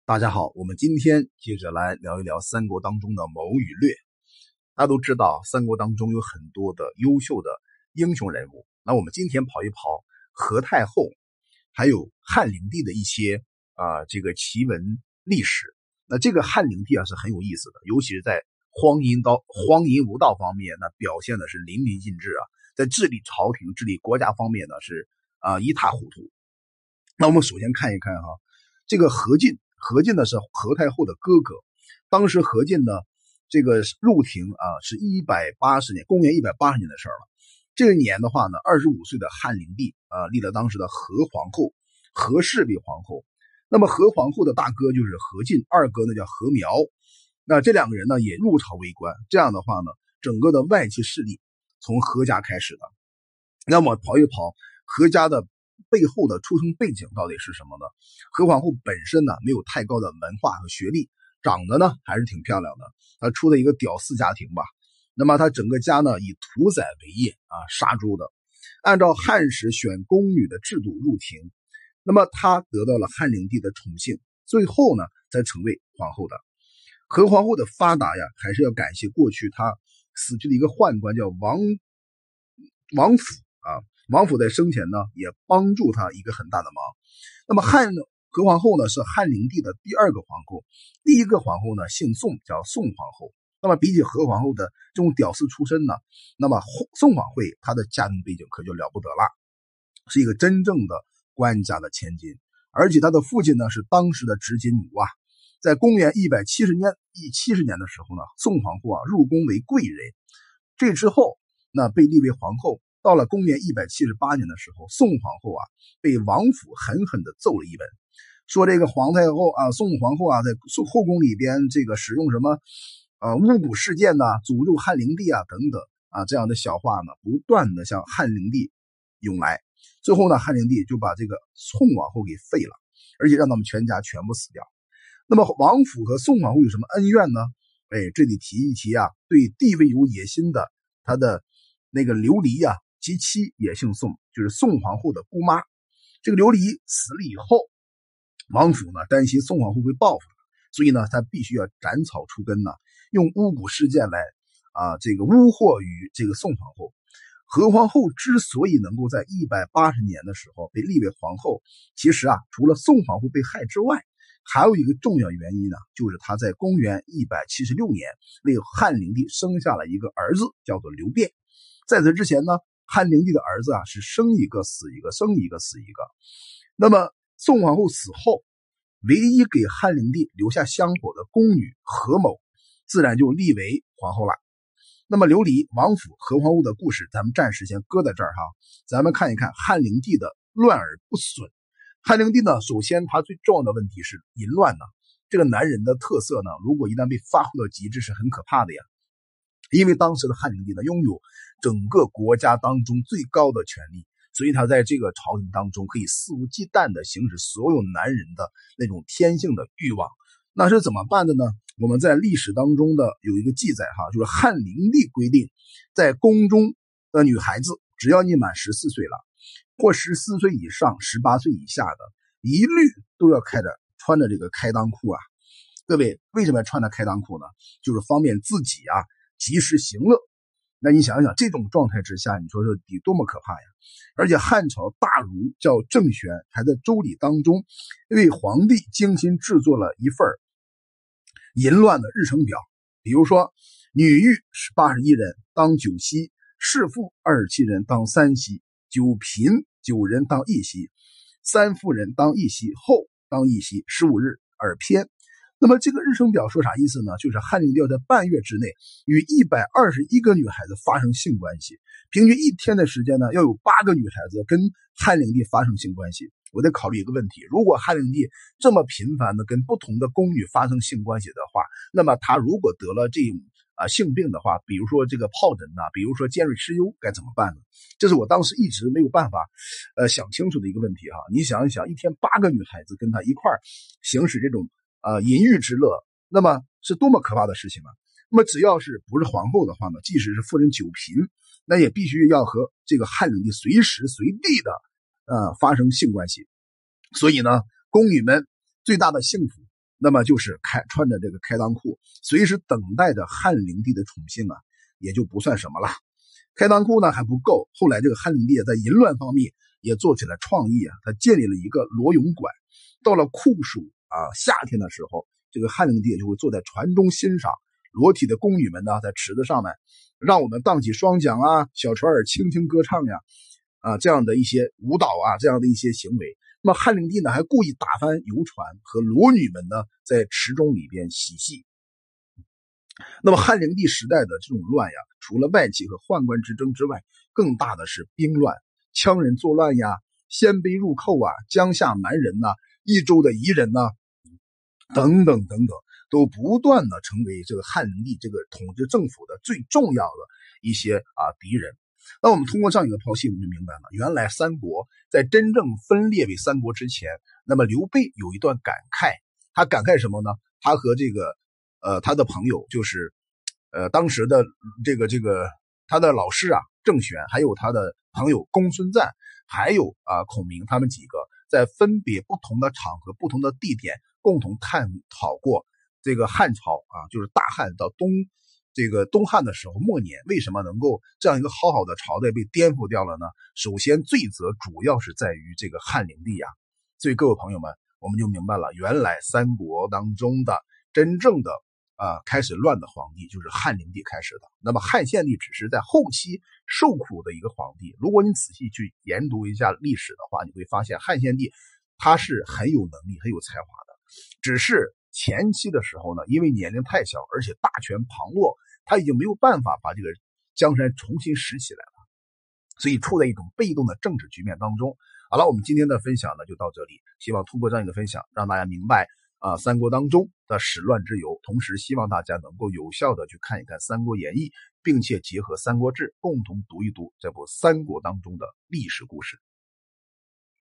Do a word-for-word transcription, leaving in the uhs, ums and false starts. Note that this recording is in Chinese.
大家好，我们今天接着来聊一聊三国当中的谋与略。大家都知道，三国当中有很多的优秀的英雄人物。那我们今天跑一跑何太后，还有汉灵帝的一些啊、呃、这个奇闻历史。那这个汉灵帝啊是很有意思的，尤其是在荒淫道、荒淫无道方面，那表现的是淋漓尽致啊。在治理朝廷、治理国家方面呢，是啊、呃、一塌糊涂。那我们首先看一看哈，这个何进。何进呢是何太后的哥哥，当时何进呢这个入廷啊是一百八十年，公元一百八十年的事了。这个年的话呢，二十五岁的汉灵帝啊立了当时的何皇后，何氏为皇后。那么何皇后的大哥就是何进，二哥呢叫何苗。那这两个人呢也入朝为官，这样的话呢，整个的外戚势力从何家开始的。那么跑一跑何家的背后的出生背景到底是什么呢？何皇后本身呢没有太高的文化和学历，长得呢还是挺漂亮的，她出的一个屌丝家庭吧。那么她整个家呢以屠宰为业啊，杀猪的，按照汉时选宫女的制度入廷。那么她得到了汉灵帝的宠幸，最后呢才成为皇后的。何皇后的发达呀，还是要感谢过去她死去的一个宦官叫王王府啊。王府在生前呢也帮助他一个很大的忙。那么汉何皇后呢是汉灵帝的第二个皇后，第一个皇后呢姓宋，叫宋皇后。那么比起何皇后的这种屌丝出身呢，那么宋皇后她的家庭背景可就了不得了，是一个真正的官家的千金，而且她的父亲呢是当时的执金吾啊。在公元一百七十年一七十年的时候呢，宋皇后啊入宫为贵人，这之后那被立为皇后。到了公元一百七十八年的时候，宋皇后啊被王府狠狠地揍了一顿，说这个皇太后啊，宋皇后啊，在后宫里边这个使用什么呃巫蛊事件呐、啊，诅咒汉灵帝啊等等啊这样的小话呢，不断的向汉灵帝涌来。最后呢，汉灵帝就把这个宋皇后给废了，而且让他们全家全部死掉。那么王府和宋皇后有什么恩怨呢？哎，这里提一提啊，对地位有野心的他的那个琉璃啊。其妻也姓宋，就是宋皇后的姑妈。这个琉璃死了以后，王府呢担心宋皇后会报复他，所以呢他必须要斩草除根呢，用巫蛊事件来啊这个巫惑于这个宋皇后。何皇后之所以能够在一百八十年的时候被立为皇后，其实啊除了宋皇后被害之外，还有一个重要原因呢，就是她在公元一百七十六年为汉灵帝生下了一个儿子，叫做刘辩。在此之前呢，汉灵帝的儿子啊是生一个死一个，生一个死一个。那么宋皇后死后，唯一给汉灵帝留下香火的宫女何某，自然就立为皇后了。那么琉璃、王府、何皇后的故事，咱们暂时先搁在这儿哈。咱们看一看汉灵帝的乱而不损。汉灵帝呢，首先他最重要的问题是淫乱呢。这个男人的特色呢，如果一旦被发挥到极致，是很可怕的呀。因为当时的汉灵帝呢，拥有整个国家当中最高的权力，所以他在这个朝廷当中可以肆无忌惮地行使所有男人的那种天性的欲望。那是怎么办的呢？我们在历史当中的有一个记载哈，就是汉灵帝规定，在宫中的女孩子，只要你满十四岁了，或十四岁以上、十八岁以下的，一律都要开着穿着这个开裆裤啊。各位为什么要穿着开裆裤呢？就是方便自己啊及时行乐。那你想想这种状态之下，你说说得多么可怕呀。而且汉朝大儒叫郑玄，还在周礼当中为皇帝精心制作了一份淫乱的日程表。比如说女御是八十一人当九夕，侍妇二十七人当三夕，九嫔九人当一夕，三妇人当一夕，后当一夕，十五日而偏。那么这个日程表说啥意思呢？就是汉灵帝要在半月之内与一百二十一个女孩子发生性关系，平均一天的时间呢，要有八个女孩子跟汉灵帝发生性关系。我得考虑一个问题，如果汉灵帝这么频繁的跟不同的宫女发生性关系的话，那么他如果得了这种啊性病的话，比如说这个疱疹呐、啊，比如说尖锐湿疣，该怎么办呢？这是我当时一直没有办法呃想清楚的一个问题哈。你想一想，一天八个女孩子跟他一块儿行使这种呃淫欲之乐，那么是多么可怕的事情啊。那么只要是不是皇后的话呢，即使是夫人九嫔，那也必须要和这个汉灵帝随时随地的呃发生性关系。所以呢，宫女们最大的幸福那么就是开穿着这个开裆裤，随时等待着汉灵帝的宠幸啊，也就不算什么了。开裆裤呢还不够，后来这个汉灵帝在淫乱方面也做起了创意啊，他建立了一个裸泳馆。到了酷暑啊夏天的时候，这个汉灵帝就会坐在船中欣赏裸体的宫女们呢，在池子上面让我们荡起双桨啊，小船儿轻轻歌唱呀，啊这样的一些舞蹈啊，这样的一些行为。那么汉灵帝呢还故意打翻游船，和裸女们呢在池中里边嬉戏。那么汉灵帝时代的这种乱呀，除了外戚和宦官之争之外，更大的是兵乱，羌人作乱呀，鲜卑入寇啊，江夏蛮人呐、啊，益州的夷人呐、啊，等等等等，都不断的成为这个汉灵帝这个统治政府的最重要的一些啊敌人。那我们通过这样一个剖析，我们就明白了，原来三国在真正分裂为三国之前，那么刘备有一段感慨，他感慨什么呢？他和这个呃他的朋友，就是呃当时的这个这个他的老师啊郑玄，还有他的朋友公孙瓒，还有啊孔明，他们几个在分别不同的场合、不同的地点，共同探讨过这个汉朝啊，就是大汉到东。这个东汉的时候末年，为什么能够这样一个好好的朝代被颠覆掉了呢？首先罪责主要是在于这个汉灵帝呀。所以各位朋友们，我们就明白了，原来三国当中的真正的啊开始乱的皇帝就是汉灵帝开始的。那么汉献帝只是在后期受苦的一个皇帝。如果你仔细去研读一下历史的话，你会发现汉献帝他是很有能力、很有才华的，只是前期的时候呢，因为年龄太小，而且大权旁落，他已经没有办法把这个江山重新拾起来了，所以处在一种被动的政治局面当中。好了，我们今天的分享呢就到这里，希望通过这样一个分享，让大家明白啊三国当中的始乱之由，同时希望大家能够有效的去看一看《三国演义》，并且结合《三国志》共同读一读这部三国当中的历史故事。